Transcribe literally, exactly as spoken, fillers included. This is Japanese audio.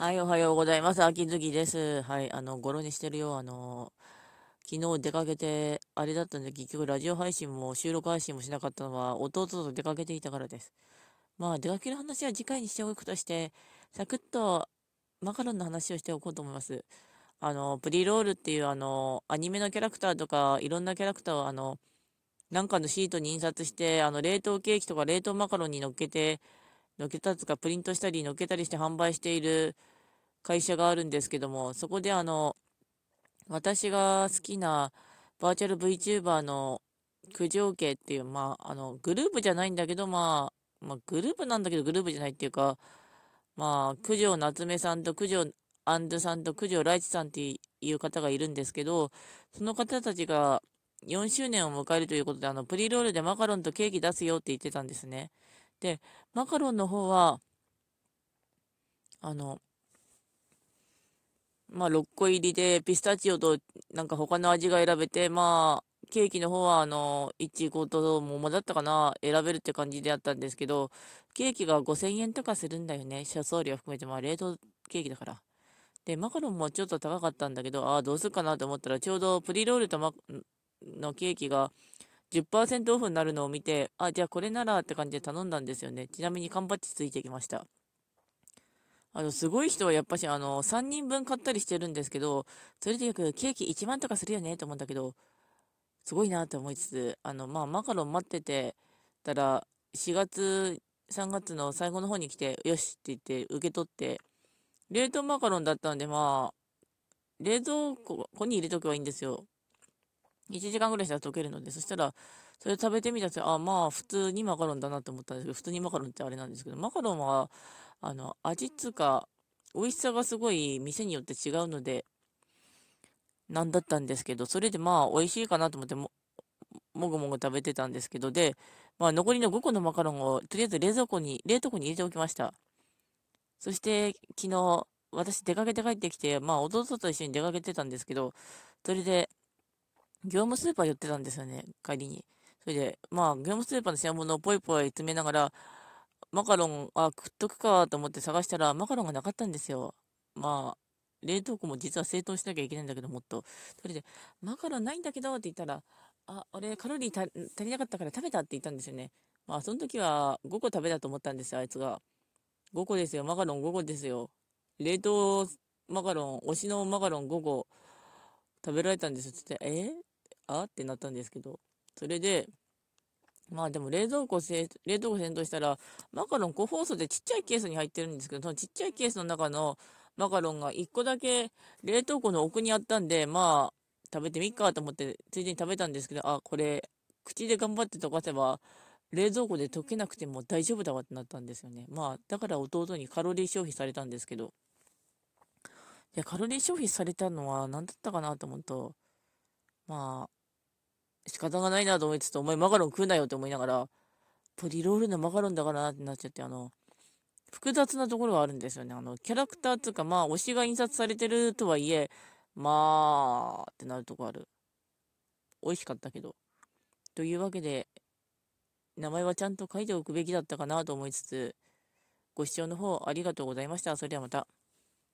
はい、おはようございます。秋月です。はい、あの、ゴロにしてるよ。あの、昨日出かけて、あれだったんで、結局ラジオ配信も収録配信もしなかったのは、弟と出かけていたからです。まあ、出かける話は次回にしておくとして、サクッとマカロンの話をしておこうと思います。あの、プリロールっていうあの、アニメのキャラクターとか、いろんなキャラクターをあの、なんかのシートに印刷して、あの、冷凍ケーキとか冷凍マカロンに乗っけて、乗っけたつかプリントしたり乗っけたりして販売している会社があるんですけども、そこであの、私が好きなバーチャル VTuber の九条家っていう、まあ、あの、グループじゃないんだけど、まあ、まあ、グループなんだけどグループじゃないっていうか、まあ、九条夏目さんと九条アンドさんと九条ライチさんっていう方がいるんですけど、その方たちがよんしゅうねんを迎えるということで、あの、プリロールでマカロンとケーキ出すよって言ってたんですね。で、マカロンの方は、あの、まあ、ろっこ入りで、ピスタチオとなんか他の味が選べて、まあ、ケーキの方は、あの、いちごと桃だったかな、選べるって感じであったんですけど、ケーキがごせんえんとかするんだよね。車送料含めて、まあ、冷凍ケーキだから。で、マカロンもちょっと高かったんだけど、ああ、どうするかなと思ったら、ちょうどプリロールとマのケーキがじゅっパーセントオフになるのを見て、あ、じゃあこれならって感じで頼んだんですよね。ちなみに缶バッジついてきました。あの、すごい人はやっぱし、あの、さんにんぶん買ったりしてるんですけど、それでよくケーキいちまんとかするよねと思うんだけど、すごいなと思いつつ、あの、まあ、マカロン待っててたら、しがつ、さんがつの最後の方に来て、よしって言って受け取って、冷凍マカロンだったんで、まあ、冷蔵庫に入れとけばいいんですよ。いちじかんぐらいしたら溶けるので、そしたら、それ食べてみたら、あ、まあ、普通にマカロンだなと思ったんですけど、普通にマカロンってあれなんですけど、マカロンは、あの、味っつうか、美味しさがすごい店によって違うので、なんだったんですけど、それでまあ、美味しいかなと思っても、もぐもぐ食べてたんですけど、で、まあ、残りのごこのマカロンを、とりあえず冷蔵庫に、冷凍庫に入れておきました。そして、昨日、私出かけて帰ってきて、まあ、弟と一緒に出かけてたんですけど、それで、業務スーパー寄ってたんですよね、帰りに。それで、まあ、業務スーパーの品物をポイポイ詰めながら、マカロン、あ、食っとくかと思って探したら、マカロンがなかったんですよ。まあ、冷凍庫も実は整頓しなきゃいけないんだけど、もっと。それで、マカロンないんだけどって言ったら、あ、俺カロリーた足りなかったから食べたって言ったんですよね。まあ、その時はごこ食べたと思ったんですよ、あいつが。ごこですよ、マカロンごこですよ。冷凍マカロン、推しのマカロンごこ食べられたんですよ。つって、えあってなったんですけど。それで、まあでも冷蔵庫せ、冷凍庫戦闘したら、マカロン個包装でちっちゃいケースに入ってるんですけど、そのちっちゃいケースの中のマカロンがいっこだけ冷凍庫の奥にあったんで、まあ、食べてみっかと思って、ついでに食べたんですけど、あ、これ、口で頑張って溶かせば、冷蔵庫で溶けなくても大丈夫だわってなったんですよね。まあ、だから弟にカロリー消費されたんですけど、いや、カロリー消費されたのは何だったかなと思うと、まあ、仕方がないなと思いつつ、お前マカロン食うなよって思いながら、プリロールのマカロンだからなってなっちゃって、あの、複雑なところがあるんですよね。あの、キャラクターっていうか、まあ、推しが印刷されてるとはいえ、まあ、ってなるとこある。美味しかったけど。というわけで、名前はちゃんと書いておくべきだったかなと思いつつ、ご視聴の方ありがとうございました。それではまた。